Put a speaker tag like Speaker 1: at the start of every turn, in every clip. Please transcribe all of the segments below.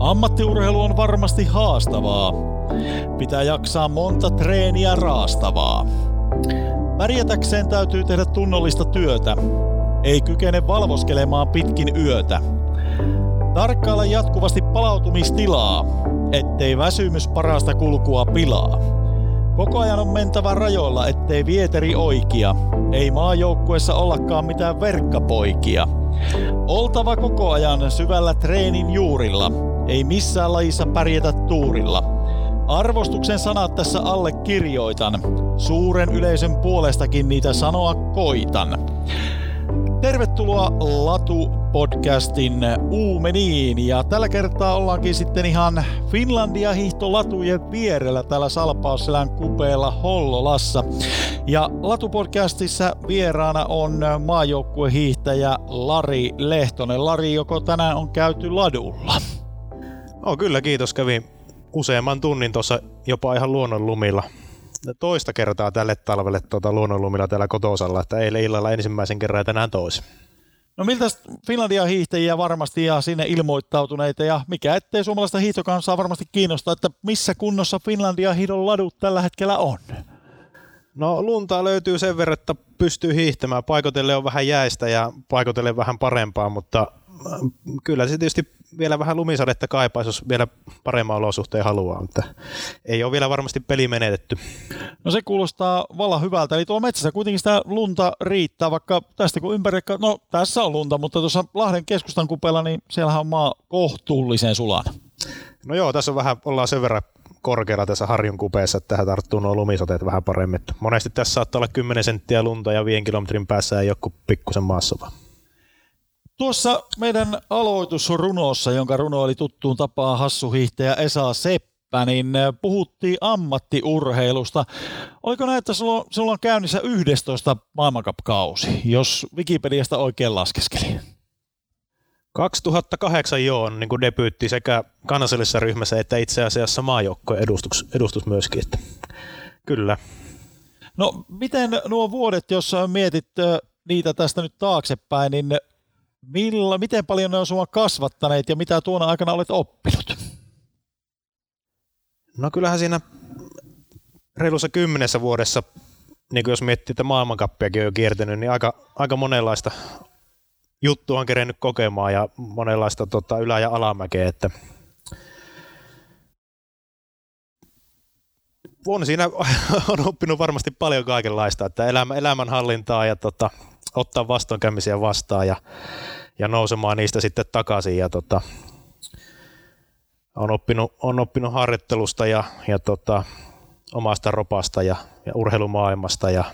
Speaker 1: Ammattiurheilu on varmasti haastavaa. Pitää jaksaa monta treeniä raastavaa. Pärjätäkseen täytyy tehdä tunnollista työtä. Ei kykene valvoskelemaan pitkin yötä. Tarkkailla jatkuvasti palautumistilaa, ettei väsymys parasta kulkua pilaa. Koko ajan on mentävä rajoilla, ettei vieteri oikia. Ei maajoukkuessa ollakaan mitään verkkapoikia. Oltava koko ajan syvällä treenin juurilla. Ei missään lajissa pärjätä tuurilla. Arvostuksen sanat tässä alle kirjoitan. Suuren yleisön puolestakin niitä sanoa koitan. Tervetuloa Latu-podcastin uumeniin, ja tällä kertaa ollaankin sitten ihan Finlandia-hiihtolatujen vierellä täällä Salpausselän kupeella Hollolassa. Ja Latu-podcastissa vieraana on maajoukkuehiihtäjä Lari Lehtonen. Lari, joko tänään on käyty ladulla?
Speaker 2: Kyllä, kiitos. Kävin useamman tunnin tuossa jopa ihan luonnonlumilla. Toista kertaa tälle talvelle luonnonlumilla täällä Kotosalla, että eilen illalla ensimmäisen kerran ja tänään toisen.
Speaker 1: No miltä Finlandia-hiihtäjiä varmasti ja sinne ilmoittautuneita, ja mikä ettei suomalaista hiihtokansaa varmasti kiinnostaa, että missä kunnossa Finlandia-hiihdon ladut tällä hetkellä on?
Speaker 2: No luntaa löytyy sen verran, että pystyy hiihtämään. Paikotelle on vähän jäistä ja paikotelle vähän parempaa, mutta kyllä se tietysti vielä vähän lumisadetta kaipaisi, jos vielä paremman olosuhteen haluaa, mutta ei ole vielä varmasti peli menetetty.
Speaker 1: No se kuulostaa vallan hyvältä, eli tuolla metsässä kuitenkin sitä lunta riittää, vaikka tästä kun ympäri, no tässä on lunta, mutta tuossa Lahden keskustan kupeella, niin siellähän on maa kohtuullisen sulana.
Speaker 2: No joo, tässä on vähän, ollaan sen verran korkealla tässä Harjun kupeessa, että tähän tarttuu nuo lumisoteet vähän paremmin. Monesti tässä saattaa olla 10 senttiä lunta ja 5 kilometrin päässä ei joku pikkusen maassa vaan.
Speaker 1: Tuossa meidän aloitusrunossa, jonka runoili tuttuun tapaan hassuhiihtäjä Esa Seppä, niin puhuttiin ammattiurheilusta. Oliko näin, että sulla on käynnissä 11 maailmancupkausi, jos Wikipediasta oikein laskeskeli?
Speaker 2: 2008 niin kuin debyytti sekä kansallisessa ryhmässä että itse asiassa maajoukkojen edustus myöskin. Että kyllä.
Speaker 1: No miten nuo vuodet, jos mietit niitä tästä nyt taaksepäin, niin miten paljon ne on sinua kasvattaneet ja mitä tuona aikana olet oppinut?
Speaker 2: No kyllähän siinä reilussa 10 vuodessa, niin jos miettii, että maailmancuppiakin on jo kiertänyt, niin aika monenlaista juttua on kerennyt kokemaan ja monenlaista ylä- ja alamäkeä. Että on siinä on oppinut varmasti paljon kaikenlaista, että elämänhallintaa ja ottaa vastoinkäymisiä vastaan ja nousemaan niistä sitten takaisin. Ja on oppinut harjoittelusta ja omasta ropasta ja urheilumaailmasta ja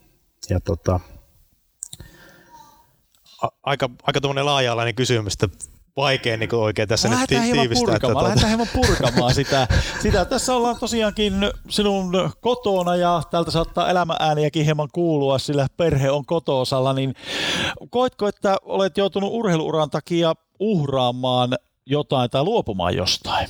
Speaker 2: aika tuommoinen laaja-alainen kysymys, että vaikea niin oikein tässä nyt tiivistää.
Speaker 1: Lähdetään hieman purkamaan sitä. Tässä ollaan tosiaankin sinun kotona ja täältä saattaa elämänääniäkin hieman kuulua, sillä perhe on Kotosalla. Niin koetko, että olet joutunut urheiluuran takia uhraamaan jotain tai luopumaan jostain?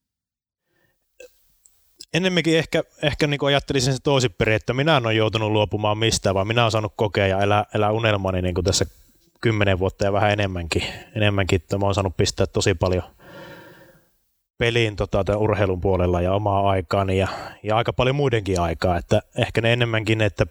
Speaker 2: Ennemminkin ehkä niin ajattelisin se toisinpäin, että minä en ole joutunut luopumaan mistään, vaan minä olen saanut kokea ja elää unelmani niin kuin tässä 10 vuotta ja vähän enemmänkin, että mä oon saanut pistää tosi paljon peliin urheilun puolella ja omaa aikaani ja aika paljon muidenkin aikaa, että ehkä ne enemmänkin, että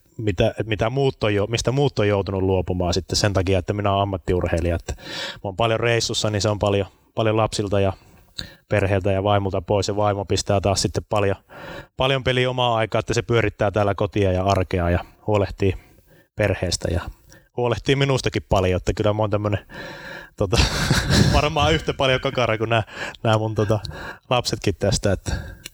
Speaker 2: mistä muut on joutunut luopumaan sitten sen takia, että minä olen ammattiurheilija, että mä oon paljon reissussa, niin se on paljon lapsilta ja perheeltä ja vaimolta pois ja vaimo pistää taas sitten paljon peliä omaa aikaa, että se pyörittää täällä kotia ja arkea ja huolehtii perheestä ja huolehtii minustakin paljon, että kyllä mä oon tämmönen varmaan yhtä paljon kakara kuin nämä mun lapsetkin tästä, että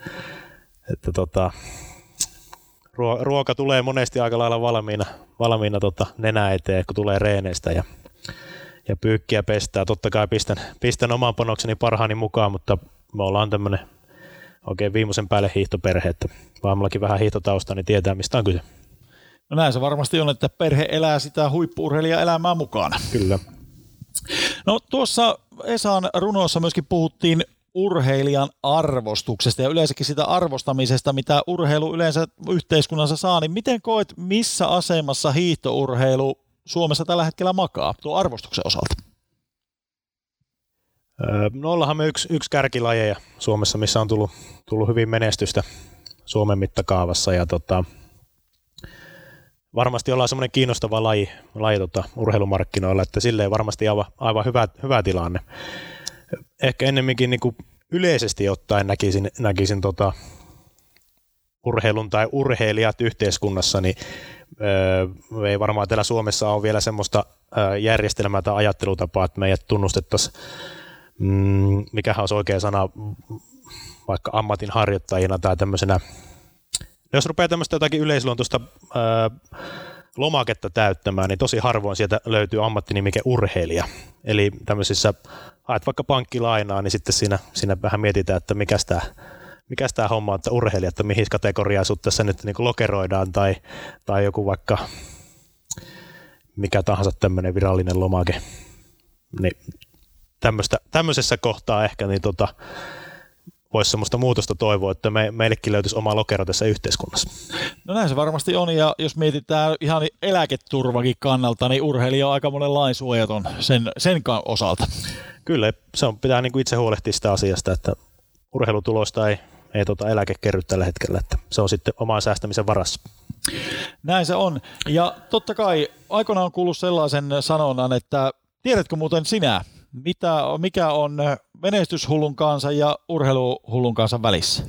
Speaker 2: ruoka tulee monesti aika lailla valmiina nenä eteen, kun tulee reeneistä ja pyykkiä pestää. Totta kai pistän oman panokseni parhaani mukaan, mutta me ollaan tämmönen oikein viimeisen päälle hiihtoperhe, että vaimollakin vähän hiihtotausta, niin tietää mistä on kyse.
Speaker 1: No näin se varmasti on, että perhe elää sitä huippu-urheilija-elämää mukana.
Speaker 2: Kyllä.
Speaker 1: No tuossa Esan runossa myöskin puhuttiin urheilijan arvostuksesta ja yleensäkin sitä arvostamisesta, mitä urheilu yleensä yhteiskunnassa saa, niin miten koet, missä asemassa hiihtourheilu Suomessa tällä hetkellä makaa tuon arvostuksen osalta?
Speaker 2: No ollaanhan me yksi kärkilajeja Suomessa, missä on tullut hyvin menestystä Suomen mittakaavassa ja varmasti ollaan semmoinen kiinnostava laji urheilumarkkinoilla, että silleen varmasti aivan hyvä tilanne. Ehkä ennemminkin niin kuin yleisesti ottaen näkisin urheilun tai urheilijat yhteiskunnassa, niin ei varmaan täällä Suomessa ole vielä semmoista järjestelmää tai ajattelutapaa, että meidät tunnustettaisiin, mikähän olisi oikea sana, vaikka ammatinharjoittajina tai tämmöisenä. Jos rupeaa tämmöistä jotakin yleisluontoista lomaketta täyttämään, niin tosi harvoin sieltä löytyy ammattinimike urheilija. Eli tämmöisissä, haet vaikka pankkilainaa, niin sitten siinä vähän mietitään, että mikäs tämä homma on, että urheilija, että mihin kategoriaan sut tässä nyt niin kuin lokeroidaan, tai joku vaikka mikä tahansa tämmöinen virallinen lomake. Niin tämmöisessä kohtaa ehkä niin voisi semmoista muutosta toivoa, että meillekin löytyisi oma lokero tässä yhteiskunnassa.
Speaker 1: No näin se varmasti on, ja jos mietitään ihan eläketurvakin kannalta, niin urheilija on aika monen lain suojaton sen osalta.
Speaker 2: Kyllä, pitää niin kuin itse huolehtia sitä asiasta, että urheilutuloista ei eläke kerry tällä hetkellä, että se on sitten oman säästämisen varassa.
Speaker 1: Näin se on, ja totta kai aikoinaan on kuullut sellaisen sanonnan, että tiedätkö muuten sinä, mikä on menestyshullun kansan ja urheiluhullun kansan välissä?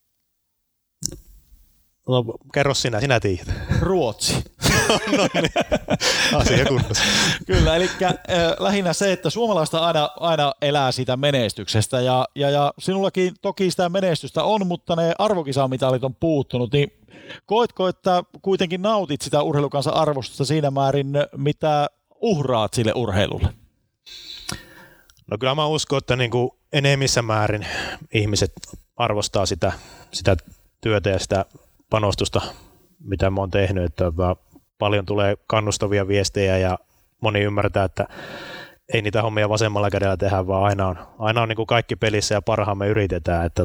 Speaker 2: No, kerro sinä tiedät.
Speaker 1: Ruotsi.
Speaker 2: No niin, asia kunnossa.
Speaker 1: Kyllä, eli lähinnä se, että suomalaista aina elää siitä menestyksestä, ja sinullakin toki sitä menestystä on, mutta ne arvokisamitalit on puuttunut, niin koetko, että kuitenkin nautit sitä urheilukansan arvostusta siinä määrin, mitä uhraat sille urheilulle?
Speaker 2: No kyllä mä uskon, että niin kuin enemmissä määrin ihmiset arvostaa sitä työtä ja sitä panostusta, mitä mä oon tehnyt. Että paljon tulee kannustavia viestejä ja moni ymmärtää, että ei niitä hommia vasemmalla kädellä tehdä, vaan aina on niin kuin kaikki pelissä ja parhaamme yritetään. Että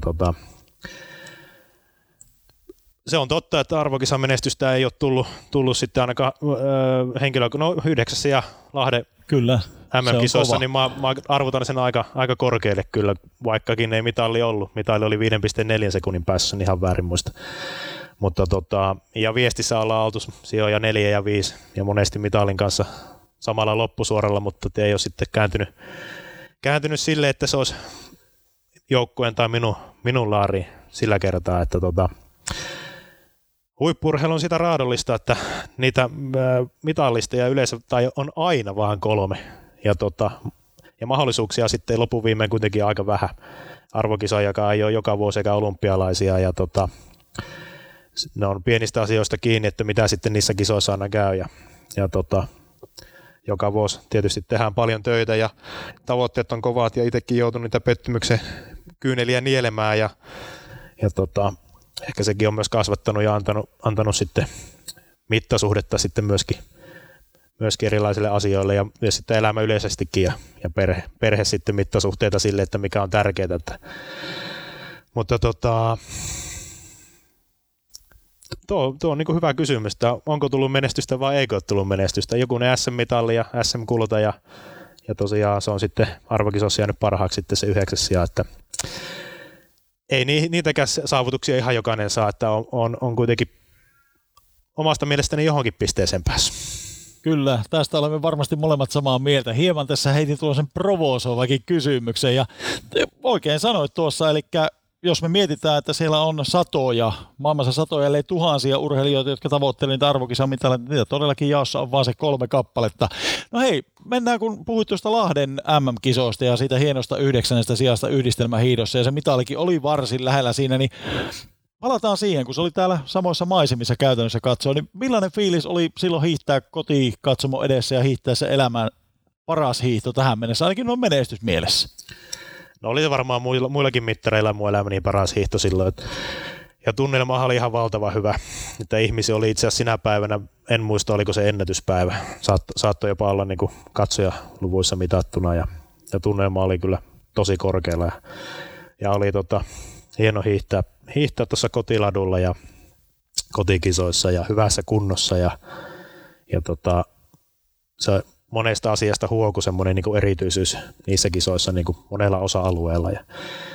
Speaker 2: se on totta, että arvokisan menestystä ei ole tullut sitten ainakaan henkilö, 9 ja Lahden
Speaker 1: kyllä,
Speaker 2: MM-kisoissa, niin mä arvotan sen aika korkealle kyllä, vaikkakin ei mitalli ollut. Mitalli oli 5,4 sekunnin päässä, ihan väärin muista. Mutta ja viestissä ollaan oltu sijoja 4 ja 5 ja monesti mitalin kanssa samalla loppusuoralla, mutta ei ole sitten kääntynyt sille, että se olisi joukkueen tai minun laari sillä kertaa, että huippu-urheilu on sitä raadollista, että niitä mitallisteja yleensä tai on aina vaan 3 ja mahdollisuuksia sitten lopuviimein kuitenkin aika vähän. Arvokisojakaan ei ole joka vuosi eikä olympialaisia ja ne on pienistä asioista kiinni, että mitä sitten niissä kisoissa aina käy ja joka vuosi tietysti tehdään paljon töitä ja tavoitteet on kovat ja itsekin joutunut niitä pettymyksen kyyneliä nielemään ja ehkä sekin on myös kasvattanut ja antanut sitten mittasuhdetta sitten myöskin erilaisille asioille ja sitten elämä yleisestikin ja perhe sitten mittasuhteita sille, että mikä on tärkeää. Mutta tuo on niin kuin hyvä kysymys, että onko tullut menestystä vai eikö ole tullut menestystä. Jokunen SM-mitalli ja SM-kulta ja tosiaan se on sitten arvokisossa jäänyt parhaaksi sitten se 9. sija, että ei niitäkään saavutuksia ihan jokainen saa, että on kuitenkin omasta mielestäni johonkin pisteeseen päässyt.
Speaker 1: Kyllä, tästä olemme varmasti molemmat samaa mieltä. Hieman tässä heitin tuollaisen provosoivakin kysymyksen ja oikein sanoit tuossa, eli jos me mietitään, että siellä on maailmassa satoja, ellei tuhansia urheilijoita, jotka tavoittelevat niitä arvokisamitaleja, niin niitä todellakin jaossa on vaan se 3 kappaletta. No hei, mennään kun puhuit tuosta Lahden MM-kisoista ja siitä hienosta 9. sijasta yhdistelmähiidossa ja se mitalikin oli varsin lähellä siinä, niin palataan siihen, kun se oli täällä samoissa maisemissa käytännössä katsoa, niin millainen fiilis oli silloin hiihtää kotikatsomo edessä ja hiihtää se elämän paras hiihto tähän mennessä, ainakin noin menestysmielessä?
Speaker 2: No oli se varmaan muillakin mittareilla mun elämäni paras hiihto silloin. Ja tunnelma oli ihan valtava hyvä. Että ihmisiä oli itse asiassa sinä päivänä, en muista oliko se ennätyspäivä. Saattoi jopa olla niin kuin katsojaluvuissa mitattuna ja tunnelma oli kyllä tosi korkealla. Ja oli hieno hiihtää tuossa kotiladulla ja kotikisoissa ja hyvässä kunnossa. Ja se monesta asiasta huoku semmoinen niin kuin erityisyys niissä kisoissa niin kuin monella osa-alueella. Ja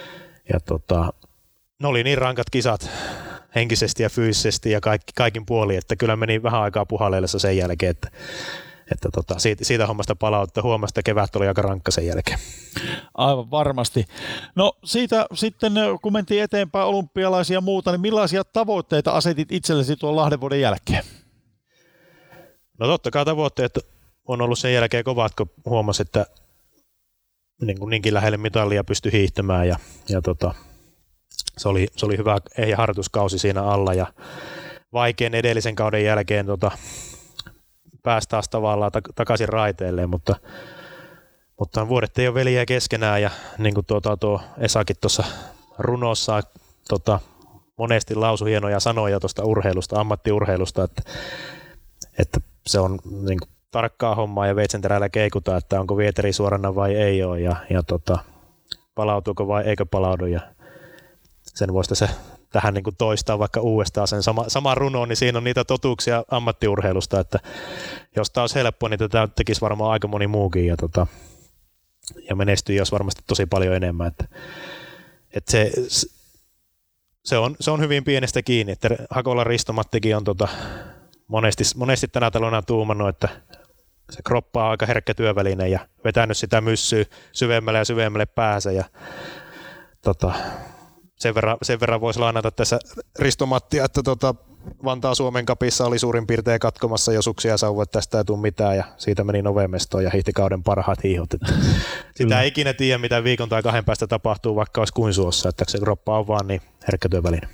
Speaker 2: ne oli niin rankat kisat henkisesti ja fyysisesti ja kaikin puolin, että kyllä meni vähän aikaa puhalleellessa sen jälkeen, että siitä hommasta palautetta huomasi, että kevät oli aika rankka sen jälkeen.
Speaker 1: Aivan varmasti. No siitä sitten, kun mentiin eteenpäin olympialaisia ja muuta, niin millaisia tavoitteita asetit itsellesi tuon Lahden vuoden jälkeen?
Speaker 2: No totta kai tavoitteet on ollut sen jälkeen kovat, kun huomasi, että niinkin lähelle mitallia pystyi hiihtämään ja se oli hyvä ehjä harjoituskausi siinä alla ja vaikean edellisen kauden jälkeen pääsi taas tavallaan takaisin raiteilleen, mutta vuodet ei ole veljiä keskenään ja niin kuin tuo Esakin tuossa runossa monesti lausui hienoja sanoja tuosta urheilusta, ammattiurheilusta, että se on niin kuin tarkkaa hommaa ja veitsenterällä keikuta, että onko vieteri suorana vai ei ole ja palautuuko vai eikö palaudu ja sen voisi se tähän niin kuin toistaa vaikka uudestaan sen sama runo, niin siinä on niitä totuuksia ammattiurheilusta, että jos tämä olisi helppoa, niin tätä tekisi varmaan aika moni muukin ja menestyy jos varmasti tosi paljon enemmän, että se on hyvin pienestä kiinni, että Hakola Risto-Mattikin on monesti tänä talona tuumannut, että se kroppa on aika herkkä työväline ja vetänyt sitä myssyä syvemmälle ja syvemmälle päänsä ja sen verran voisi lainata tässä Risto-Mattia, että Vantaa Suomen Cupissa oli suurin piirtein katkomassa jo suksia ja sauvoa, että tästä ei tule mitään ja siitä meni Novemestoon ja hiihti kauden parhaat hiihot. Sitä ei ikinä tiedä, mitä viikon tai 2 päästä tapahtuu, vaikka olisi kuin suossa, että se kroppa on vaan niin herkkä työväline.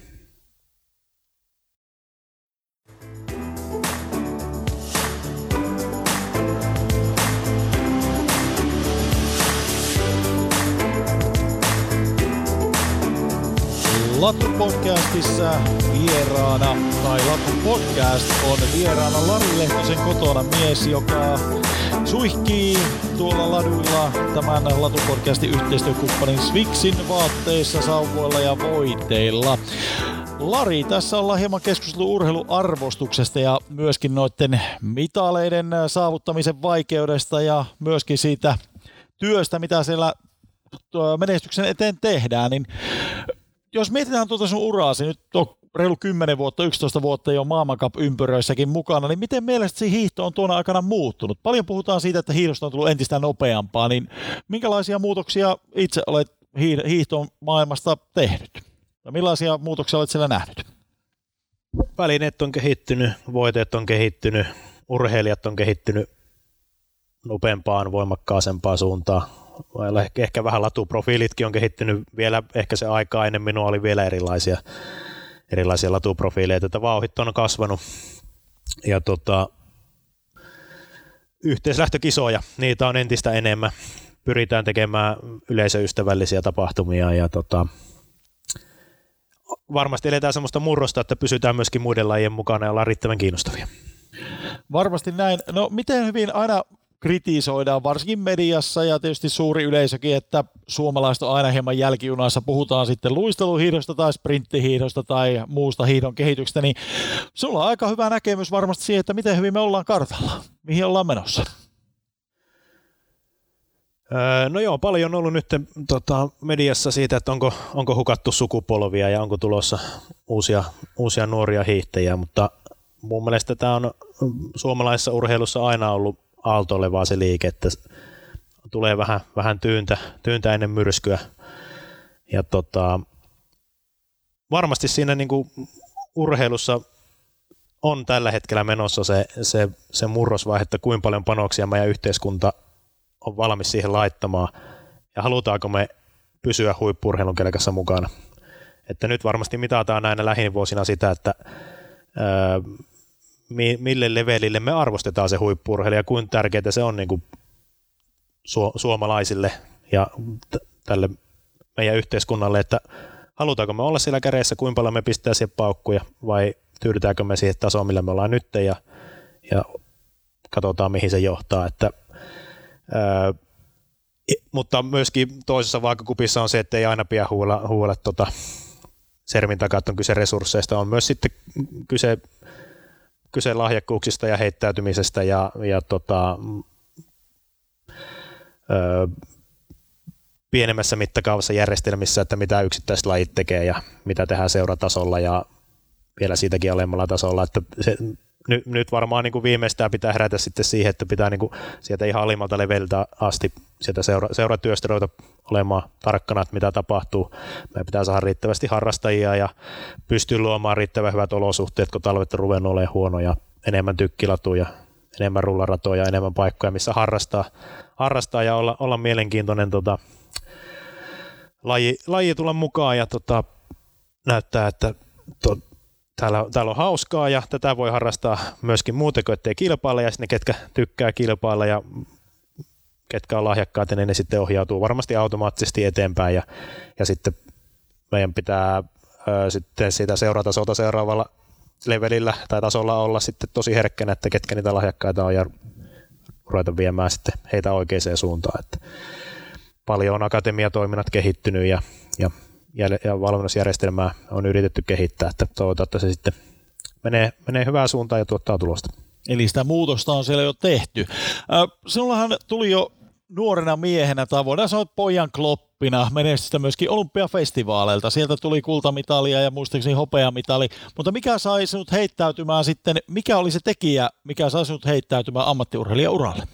Speaker 1: Latu-podcastissa vieraana, tai Latu-podcast on vieraana Lari Lehtosen kotona mies, joka suihkii tuolla laduilla tämän Latu-podcastin yhteistyökumppanin Swixin vaatteissa, sauvoilla ja voiteilla. Lari, tässä ollaan hieman keskustellut urheiluarvostuksesta ja myöskin noiden mitaleiden saavuttamisen vaikeudesta ja myöskin siitä työstä, mitä siellä menestyksen eteen tehdään, niin jos mietitään tuota sun uraasi, nyt on reilu 10 vuotta, 11 vuotta jo maailmancup-ympyröissäkin mukana, niin miten mielestäsi hiihto on tuona aikana muuttunut? Paljon puhutaan siitä, että hiihdosta on tullut entistä nopeampaa, niin minkälaisia muutoksia itse olet hiihton maailmasta tehnyt? Ja millaisia muutoksia olet siellä nähnyt?
Speaker 2: Välineet on kehittynyt, voiteet on kehittynyt, urheilijat on kehittynyt nopeampaan, voimakkaasempaan suuntaan. Ehkä vähän latuprofiilitkin on kehittynyt vielä, ehkä se aikaa ennen minua oli vielä erilaisia latuprofiileita, että vauhdit on kasvanut ja yhteislähtökisoja, niitä on entistä enemmän, pyritään tekemään yleisöystävällisiä tapahtumia ja varmasti eletään semmoista murrosta, että pysytään myöskin muiden lajien mukana ja ollaan riittävän kiinnostavia.
Speaker 1: Varmasti näin. No miten hyvin aina kritisoidaan, varsinkin mediassa ja tietysti suuri yleisökin, että suomalaiset on aina hieman jälkijunassa, puhutaan sitten luisteluhiihdosta tai sprinttihiihdosta tai muusta hiihdon kehityksestä, niin sulla on aika hyvä näkemys varmasti siihen, että miten hyvin me ollaan kartalla, mihin ollaan menossa.
Speaker 2: No joo, paljon on ollut nyt mediassa siitä, että onko hukattu sukupolvia ja onko tulossa uusia nuoria hiihtäjiä, mutta mun mielestä tämä on suomalaisessa urheilussa aina ollut aaltoilevaa se liike, että tulee vähän tyyntä ennen myrskyä. Ja varmasti siinä niinku urheilussa on tällä hetkellä menossa se murrosvaihe, että kuinka paljon panoksia meidän yhteiskunta on valmis siihen laittamaan ja halutaanko me pysyä huippu-urheilun kelkassa mukana. Että nyt varmasti mitataan näinä lähivuosina sitä, että mille levelille me arvostetaan se huippu-urheilu ja kuinka tärkeää se on niin kuin suomalaisille ja tälle meidän yhteiskunnalle, että halutaanko me olla siellä kädessä, kuinka paljon me pistää siihen paukkuja vai tyydytäänkö me siihen tasoon, millä me ollaan nyt ja katsotaan, mihin se johtaa. Mutta myöskin toisessa vaakakupissa on se, että ei aina pidä huuella sermin takaa, että on kyse resursseista, on myös sitten kyse lahjakkuuksista ja heittäytymisestä ja pienemmässä mittakaavassa järjestelmissä, että mitä yksittäiset lajit tekee ja mitä tehdään seuratasolla ja vielä siitäkin alemmalla tasolla, että nyt varmaan niin kuin viimeistään pitää herätä sitten siihen, että pitää niin kuin sieltä ihan alimmalta leveliltä asti sieltä seuratyöstä ruveta olemaan tarkkana, että mitä tapahtuu. Meidän pitää saada riittävästi harrastajia ja pystyy luomaan riittävän hyvät olosuhteet, kun talvet on ruvennut olemaan huonoja, enemmän tykkilatuja, enemmän rullaratoja, enemmän paikkoja, missä harrastaa ja olla mielenkiintoinen laji tulla mukaan ja näyttää, että täällä on hauskaa ja tätä voi harrastaa myöskin muuten kuin ettei kilpailla ja sitten ne, ketkä tykkää kilpailla ja ketkä on lahjakkaita, niin ne sitten ohjautuu varmasti automaattisesti eteenpäin ja sitten meidän pitää sitten siitä seuratasolta seuraavalla levelillä tai tasolla olla sitten tosi herkkänä, että ketkä niitä lahjakkaita on ja ruveta viemään sitten heitä oikeaan suuntaan. Että paljon on akatemiatoiminnat kehittynyt ja valmennusjärjestelmää on yritetty kehittää, että toivotaan, että se sitten menee hyvään suuntaan ja tuottaa tulosta.
Speaker 1: Eli sitä muutosta on siellä jo tehty. Sinullahan tuli jo nuorena miehenä, tai voidaan sanoa pojan kloppina, menestystä myöskin olympiafestivaaleilta. Sieltä tuli kultamitalia ja muistaakseni hopeamitali. Mutta mikä sai sinut heittäytymään sitten, mikä oli se tekijä, mikä sai sinut heittäytymään ammattiurheilijauralle?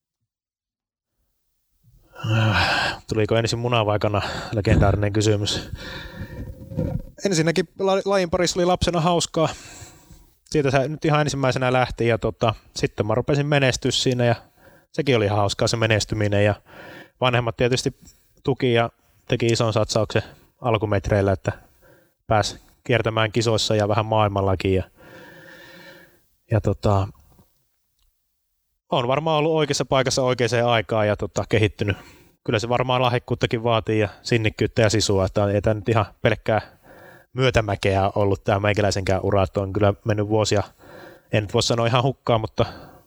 Speaker 2: Tuliko ensin muna vai kana? Legendaarinen kysymys. Ensinnäkin lajin parissa oli lapsena hauskaa. Siitä se nyt ihan ensimmäisenä lähti ja sitten mä rupesin menestyä siinä ja sekin oli ihan hauskaa se menestyminen ja vanhemmat tietysti tuki ja teki ison satsauksen alkumetreillä, että pääsi kiertämään kisoissa ja vähän maailmallakin ja on varmaan ollut oikeassa paikassa oikeaan aikaan ja kehittynyt. Kyllä se varmaan lahjakkuuttakin vaatii ja sinnikkyyttä ja sisua, että ei tämä nyt ihan pelkkää myötämäkeä ollut tämä meikäläisenkään ura, että on kyllä mennyt vuosia, en nyt voi sanoa ihan hukkaan, mutta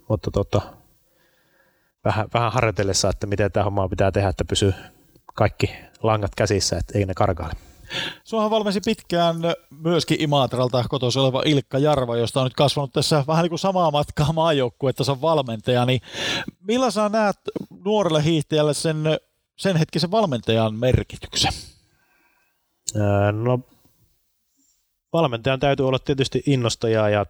Speaker 2: vähän harjoitellessa, että miten tämä homma pitää tehdä, että pysyy kaikki langat käsissä, että ei ne karkaile.
Speaker 1: Suohan valmensi pitkään myöskin Imatralta kotoisin oleva Ilkka Jarva, josta on nyt kasvanut tässä vähän niin kuin samaa matkaa maajoukkuetason valmentaja, niin millä sä näet nuorelle hiihtäjälle sen hetkisen valmentajan merkityksen?
Speaker 2: No valmentajan täytyy olla tietysti innostaja ja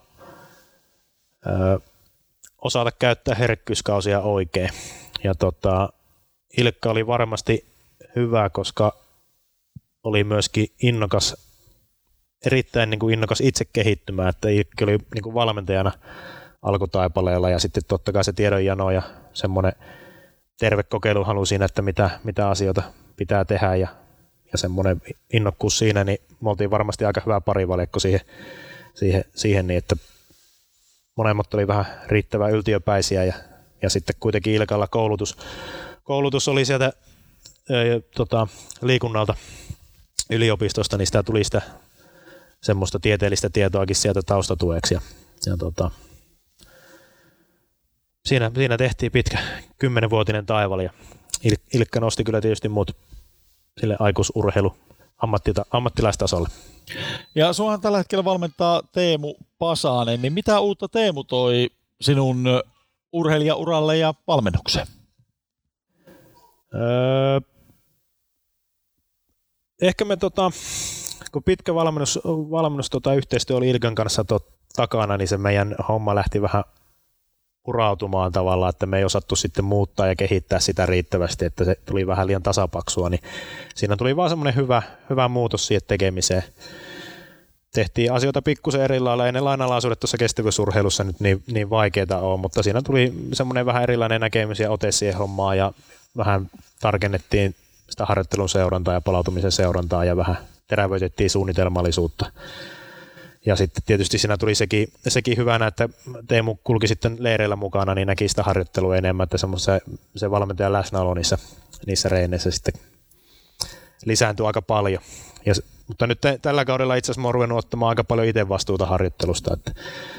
Speaker 2: osata käyttää herkkyyskausia oikein. Ja Ilkka oli varmasti hyvä, koska oli myöskin erittäin niin kuin innokas itse kehittymään, että Ilkka oli niin kuin valmentajana alkutaipaleella ja sitten totta kai se tiedonjano ja semmoinen terve kokeiluhalu siinä, että mitä asioita pitää tehdä ja semmoinen innokkuus siinä, niin me oltiin varmasti aika hyvä parivaljakko siihen niin, että monemmat oli vähän riittävän yltiöpäisiä ja sitten kuitenkin Ilkalla koulutus oli sieltä liikunnalta yliopistosta, niin sitä tuli sitä semmoista tieteellistä tietoakin sieltä taustatueksi ja siinä tehtiin pitkä 10-vuotinen taival ja Ilkka nosti kyllä tietysti muut sille aikuisurheilu ammattilaistasolle.
Speaker 1: Ja suohan tällä hetkellä valmentaa Teemu Pasanen, niin mitä uutta Teemu toi sinun urheilijauralle ja valmennukseen?
Speaker 2: Ehkä me kun pitkä valmennus yhteistyö oli Ilkan kanssa takana, niin se meidän homma lähti vähän urautumaan tavallaan, että me ei osattu sitten muuttaa ja kehittää sitä riittävästi, että se tuli vähän liian tasapaksua, niin siinä tuli vaan semmoinen hyvä muutos siihen tekemiseen. Tehtiin asioita pikkusen eri lailla, ei ne lainalaisuudet tuossa kestävyysurheilussa nyt niin vaikeita ole, mutta siinä tuli semmoinen vähän erilainen näkemys ja ote siihen hommaan ja vähän tarkennettiin sitä harjoittelun seurantaa ja palautumisen seurantaa ja vähän terävöitettiin suunnitelmallisuutta. Ja sitten tietysti siinä tuli sekin hyvänä, että Teemu kulki sitten leireillä mukana, niin näki sitä harjoittelua enemmän, että se valmentajan läsnäolo niissä reeneissä sitten lisääntyi aika paljon. Mutta nyt tällä kaudella itse asiassa mä oon ruvennut ottamaan aika paljon itse vastuuta harjoittelusta, että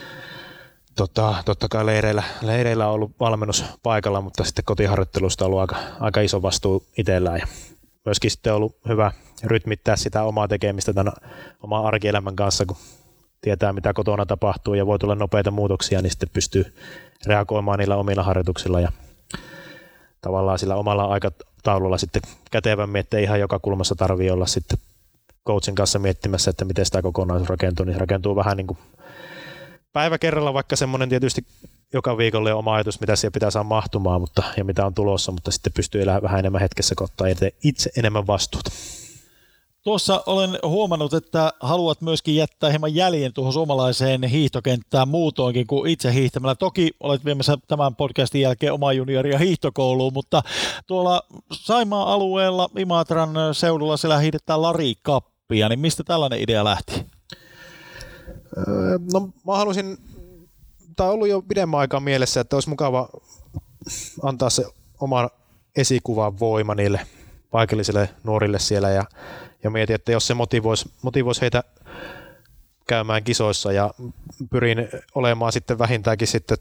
Speaker 2: totta kai leireillä on ollut valmennus paikalla, mutta sitten kotiharjoittelusta on ollut aika iso vastuu itsellään ja myöskin sitten on ollut hyvä rytmittää sitä omaa tekemistä tämän oman arkielämän kanssa, kun tietää mitä kotona tapahtuu ja voi tulla nopeita muutoksia, niin sitten pystyy reagoimaan niillä omilla harjoituksilla ja tavallaan sillä omalla aikataululla sitten kätevämmin, ettei ihan joka kulmassa tarvitse olla sitten coachin kanssa miettimässä, että miten sitä kokonaisuus rakentuu, niin se rakentuu vähän niin kuin päivä kerralla, vaikka semmoinen tietysti joka viikolla on oma ajatus, mitä siellä pitää saada mahtumaan ja mitä on tulossa, mutta sitten pystyy elämään vähän enemmän hetkessä, kun ottaa itse enemmän vastuuta.
Speaker 1: Tuossa olen huomannut, että haluat myöskin jättää hieman jäljen tuohon suomalaiseen hiihtokenttään muutoinkin kuin itse hiihtämällä. Toki olet viemässä tämän podcastin jälkeen omaa junioria hiihtokouluun, mutta tuolla Saimaan alueella Imatran seudulla siellä hiihdetään Lari-kappia, niin mistä tällainen idea lähti?
Speaker 2: No mä halusin, tämä on ollut jo pidemmän aikaa mielessä, että olisi mukava antaa se oma esikuvan voima niille paikallisille nuorille siellä ja mietin, että jos se motivoisi heitä käymään kisoissa ja pyrin olemaan sitten vähintäänkin sitten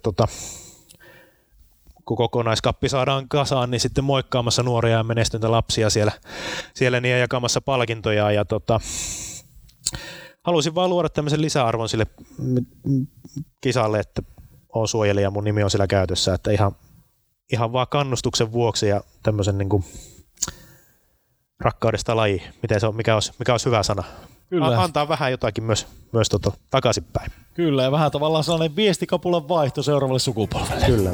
Speaker 2: kun kokonaiskappi saadaan kasaan, niin sitten moikkaamassa nuoria ja menestyntä lapsia siellä niin ja jakamassa palkintoja ja halusin vaan luoda tämmöisen lisäarvon sille kisalle, että on suojelija ja mun nimi on siellä käytössä, että ihan vaan kannustuksen vuoksi ja tämmöisen niin kuin rakkaudesta laji, mikä olisi hyvä sana. Kyllä. Antaa vähän jotakin myös takaisinpäin.
Speaker 1: Kyllä, ja vähän tavallaan sellainen viestikapulan vaihto seuraavalle sukupolvelle.
Speaker 2: Kyllä.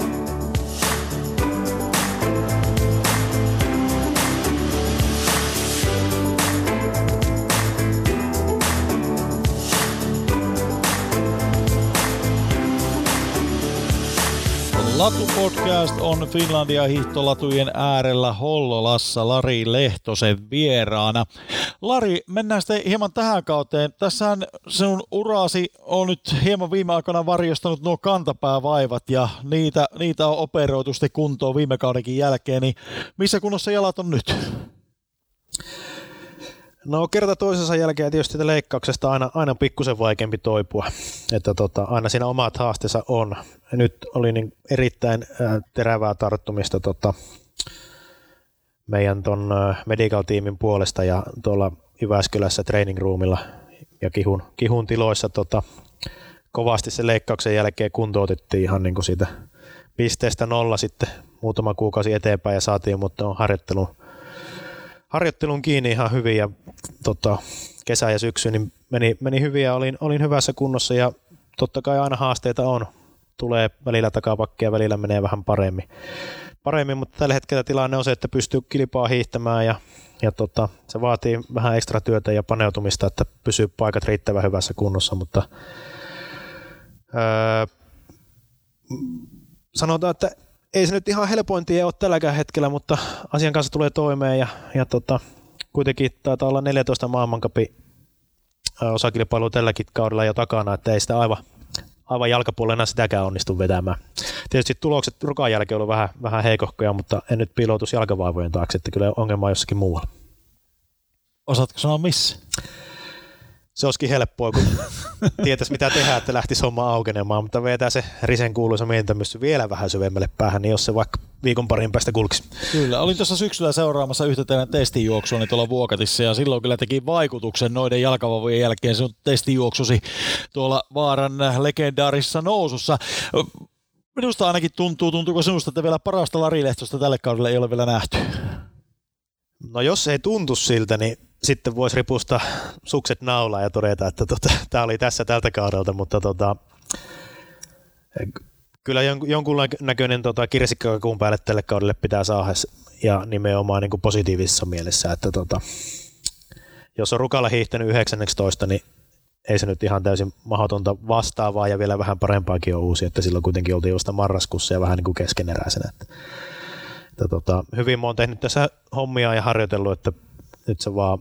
Speaker 1: Latu-podcast on Finlandia hiihtolatujen äärellä Hollolassa Lari Lehtosen vieraana. Lari, mennään sitten hieman tähän kauteen. Tässähän sinun urasi on nyt hieman viime aikoina varjostanut nuo kantapäävaivat ja niitä on operoitu sitten kuntoon viime kaudenkin jälkeen. Niin missä kunnossa jalat on nyt?
Speaker 2: No kerta toisensa jälkeen tietysti leikkauksesta aina pikkusen vaikeampi toipua, että aina siinä omat haasteensa on. Nyt oli niin erittäin terävää tarttumista meidän ton medical-tiimin puolesta ja tuolla Jyväskylässä training roomilla ja kihun tiloissa kovasti sen leikkauksen jälkeen kuntoutettiin ihan niin kuin siitä pisteestä 0 sitten muutama kuukausi eteenpäin ja saatiin, mutta on harjoittelun kiinni ihan hyvin ja kesä ja syksy niin meni hyvin ja olin hyvässä kunnossa ja totta kai aina haasteita on. Tulee välillä takapakkia, välillä menee vähän paremmin, mutta tällä hetkellä tilanne on se, että pystyy kilpaa hiihtämään ja se vaatii vähän ekstra työtä ja paneutumista, että pysyy paikat riittävän hyvässä kunnossa, mutta sanotaan, että ei se nyt ihan helpointia ole tälläkään hetkellä, mutta asian kanssa tulee toimeen ja kuitenkin taitaa olla 14 maailmancupin osakilpailua tälläkin kaudella jo takana, että ei sitä aivan jalkapuolena sitäkään onnistu vetämään. Tietysti tulokset rukan jälkeen on vähän heikohkoja, mutta en nyt piiloutus jalkavaivojen taakse, että kyllä ongelma on jossakin muualla.
Speaker 1: Osaatko sanoa missä?
Speaker 2: Se olisikin helppoa, kun tietäisi mitä tehdä, että lähtisi homma aukenemaan, mutta vetää se Risen kuuluisa mietintämyssy vielä vähän syvemmälle päähän, niin jos se vaikka viikon parin päästä kulkisi.
Speaker 1: Kyllä, olin tuossa syksyllä seuraamassa yhtä teidän testijuoksua niin tuolla Vuokatissa ja silloin kyllä teki vaikutuksen noiden jalkavaivojen jälkeen sinun testijuoksusi tuolla Vaaran legendaarisessa nousussa. Minusta ainakin tuntuuko sinusta, että vielä parasta Lari Lehtosta tälle kaudelle ei ole vielä nähty?
Speaker 2: No jos ei tuntu siltä, niin sitten voisi ripustaa sukset naulaan ja todeta, että tämä oli tässä tältä kaudelta, mutta kyllä jonkunnäköinen kirsikkakakun päälle tälle kaudelle pitää saada ja nimenomaan niin kuin positiivisessa mielessä, että jos on rukalla hiihtänyt 19, niin ei se nyt ihan täysin mahdotonta vastaavaa ja vielä vähän parempaakin on uusi, että silloin kuitenkin oltiin vasta marraskuussa ja vähän niin kuin keskeneräisenä. Hyvin mä oon tehnyt tässä hommia ja harjoitellut, että nyt se vaan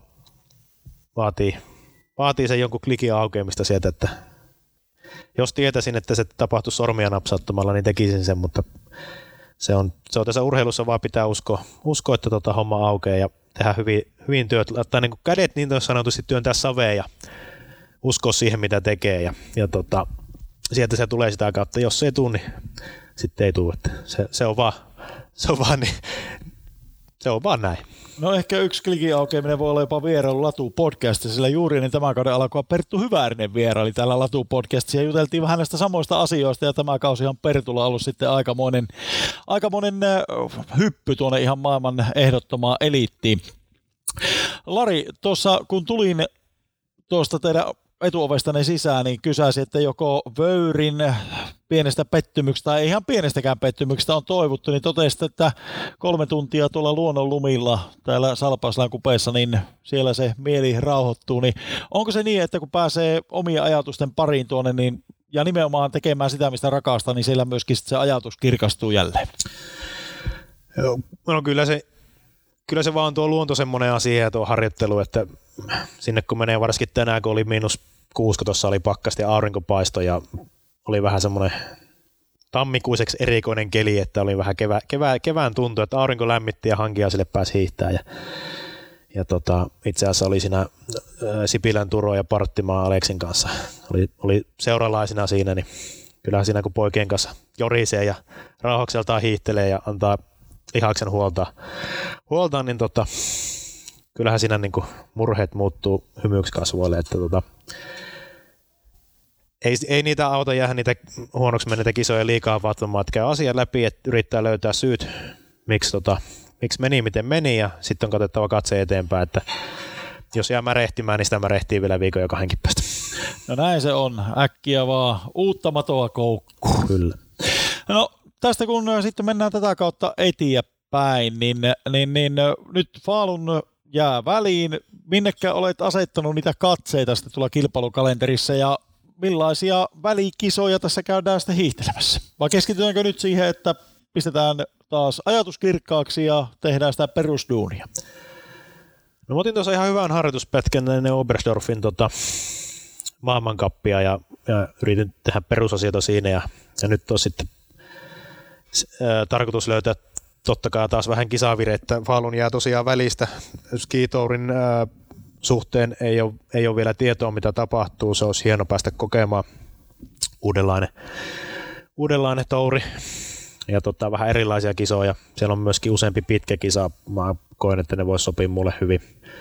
Speaker 2: vaatii sen jonkun klikin aukeamista sieltä, että jos tietäisin, että se tapahtuisi sormia napsauttamalla, niin tekisin sen, mutta se on tässä urheilussa vaan pitää uskoa että homma aukeaa ja tehdä hyvin työt, laittaa niin kuin kädet niin sanotusti työntää saveen ja uskoa siihen, mitä tekee ja sieltä se tulee sitä kautta. Jos se ei tule, niin sitten ei tule. Se on vaan niin, Se on vaan näin.
Speaker 1: No ehkä yksi klikin aukeaminen voi olla jopa vierailu Latu-podcastissa, sillä juuri ennen tämän kauden alkua Perttu Hyväärinen vieraili täällä Latu-podcastissa ja juteltiin vähän näistä samoista asioista ja tämä kausi on Pertulla ollut sitten aikamoinen hyppy tuonne ihan maailman ehdottomaan eliittiin. Lari, tuossa kun tulin tuosta teidän etuovestanne sisään, niin kysäisin, että joko Vöyrin pienestä pettymyksestä tai ihan pienestäkään pettymyksestä on toivottu, niin totesit, että 3 tuntia tuolla luonnonlumilla täällä Salpausselän kupeessa, niin siellä se mieli rauhoittuu. Niin onko se niin, että kun pääsee omien ajatusten pariin tuonne, niin ja nimenomaan tekemään sitä, mistä rakastaa, niin siellä myöskin se ajatus kirkastuu jälleen?
Speaker 2: No kyllä se vaan tuo luonto semmoinen asia ja tuo harjoittelu, että sinne kun menee varsinkin tänään, kun oli -6, kun tuossa oli pakkasta ja aurinkopaisto ja oli vähän semmoinen tammikuiseksi erikoinen keli, että oli vähän kevään tuntu, että aurinko lämmitti ja Hankiaisille pääsi hiihtämään. Ja itse asiassa oli siinä Sipilän Turo ja Parttimaan Aleksin kanssa. Oli seuralaisina siinä, niin kyllähän siinä kun poikien kanssa jorisee ja rauhakseltaan hiihtelee ja antaa lihaksen huolta niin kyllähän siinä niin kuin murheet muuttuu hymyksi kasvoille, että ei niitä auta jäädä niitä huonoksi menneitä kisoja liikaa vatvomaan, että käy asian läpi, että yrittää löytää syyt, miksi meni miten meni ja sitten on katsottava katse eteenpäin, että jos jää märehtimään, niin sitä märehtii vielä viikon ja 2 päästä.
Speaker 1: No näin se on, äkkiä vaan uutta matoa koukkuun.
Speaker 2: Kyllä.
Speaker 1: No tästä kun sitten mennään tätä kautta eteenpäin, niin nyt Falun jää väliin. Minnekä olet asettanut niitä katseita sitten tuolla kilpailukalenterissa ja millaisia välikisoja tässä käydään sitten hiihtelemässä? Vai keskitytäänkö nyt siihen, että pistetään taas ajatus kirkkaaksi ja tehdään sitä perusduunia?
Speaker 2: No mä otin tuossa ihan hyvän harjoituspätkän ennen Oberstdorfin maailmankappia ja yritin tehdä perusasioita siinä ja nyt on sitten tarkoitus löytää totta kai taas vähän kisavirettä. Falun jää tosiaan välistä. Skitourin suhteen ei ole vielä tietoa, mitä tapahtuu. Se olisi hieno päästä kokemaan uudenlainen touri ja vähän erilaisia kisoja. Siellä on myöskin useampi pitkä kisa. Mä koen, että ne voisi sopia mulle hyvin.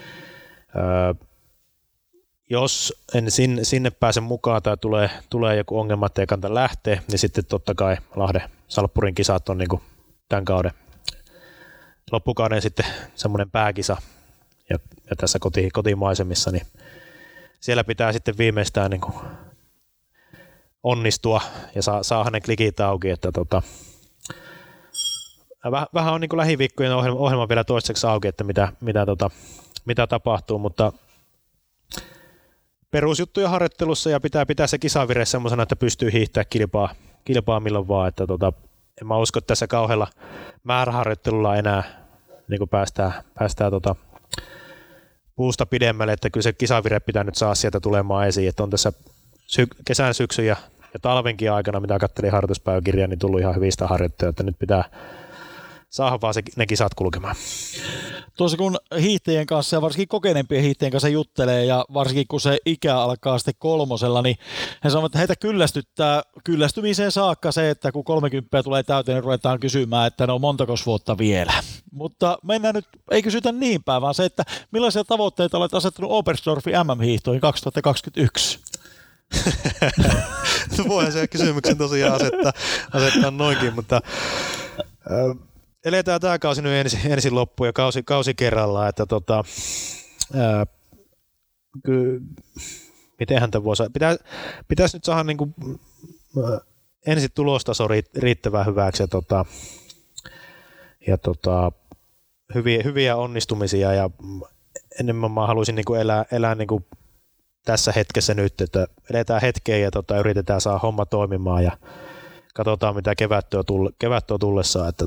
Speaker 2: Jos en sinne pääse mukaan tai tulee joku ongelma, ettei kannata lähteä, niin sitten totta kai Lahden Salppurin kisat on niin kuin tämän kauden loppukauden sitten semmoinen pääkisa ja tässä kotimaisemissa, niin siellä pitää sitten viimeistään niin kuin onnistua ja saada ne klikit auki, että vähän on niin kuin lähiviikkojen ohjelma vielä toistaiseksi auki, että mitä tapahtuu, mutta perusjuttuja harjoittelussa ja pitää se kisavire semmoisena, että pystyy hiihtämään kilpaa milloin vaan, että en mä usko, että tässä kauhealla määräharjoittelulla enää niin päästään puusta pidemmälle, että kyllä se kisavire pitää nyt saada sieltä tulemaan esiin, että on tässä kesän, syksyn ja talvenkin aikana, mitä katselin harjoituspäiväkirjaa, niin tullut ihan hyvistä harjoitteluja, että nyt pitää saada vaan ne kisat kulkemaan.
Speaker 1: Tuossa kun hiihtäjien kanssa ja varsinkin kokeneempien hiihtäjien kanssa juttelee ja varsinkin kun se ikä alkaa sitten 3, niin he sanovat, että heitä kyllästyttää kyllästymiseen saakka se, että kun 30 tulee täyteen, niin ruvetaan kysymään, että no montakos vuotta vielä. Mutta mennään nyt, ei kysytä niin päin, vaan se, että millaisia tavoitteita olet asettanut Oberstdorfin MM-hiihtoihin 2021?
Speaker 2: Voihan se kysymyksen tosiaan asettaa noinkin, mutta eletään tämä kausi nyt ensin loppuun ja kausi kerrallaan, että mitenhän tämä voisi, pitäisi nyt saada niinku, ensin tulostaso riittävän hyväksi ja hyviä onnistumisia ja enemmän mä haluaisin niinku elää niinku tässä hetkessä nyt, että eletään hetkeen ja yritetään saada homma toimimaan ja katsotaan mitä kevät tuo tullessaan, että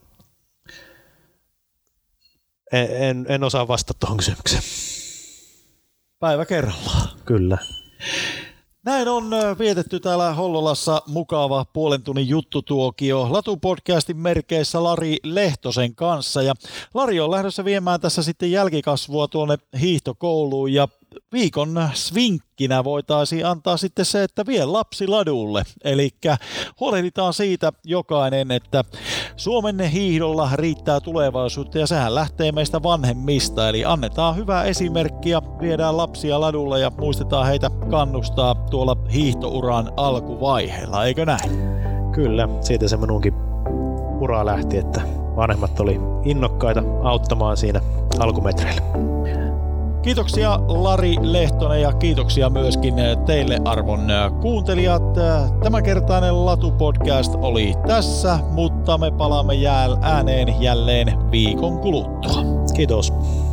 Speaker 2: en osaa vastata tuohon kysymykseen.
Speaker 1: Päivä kerrallaan.
Speaker 2: Kyllä.
Speaker 1: Näin on vietetty täällä Hollolassa mukava puolen tunnin juttutuokio Latu-podcastin merkeissä Lari Lehtosen kanssa. Ja Lari on lähdössä viemään tässä sitten jälkikasvua tuonne hiihtokouluun ja viikon svinkkinä voitaisiin antaa sitten se, että vie lapsi ladulle. Eli huolehditaan siitä jokainen, että Suomen hiihdolla riittää tulevaisuutta ja sehän lähtee meistä vanhemmista. Eli annetaan hyvää esimerkkiä, viedään lapsia ladulle ja muistetaan heitä kannustaa tuolla hiihtouran alkuvaiheella, eikö näin?
Speaker 2: Kyllä, siitä se minunkin ura lähti, että vanhemmat oli innokkaita auttamaan siinä alkumetreillä.
Speaker 1: Kiitoksia Lari Lehtonen ja kiitoksia myöskin teille arvon kuuntelijat. Tämänkertainen Latu-podcast oli tässä, mutta me palaamme ääneen jälleen viikon kuluttua.
Speaker 2: Kiitos.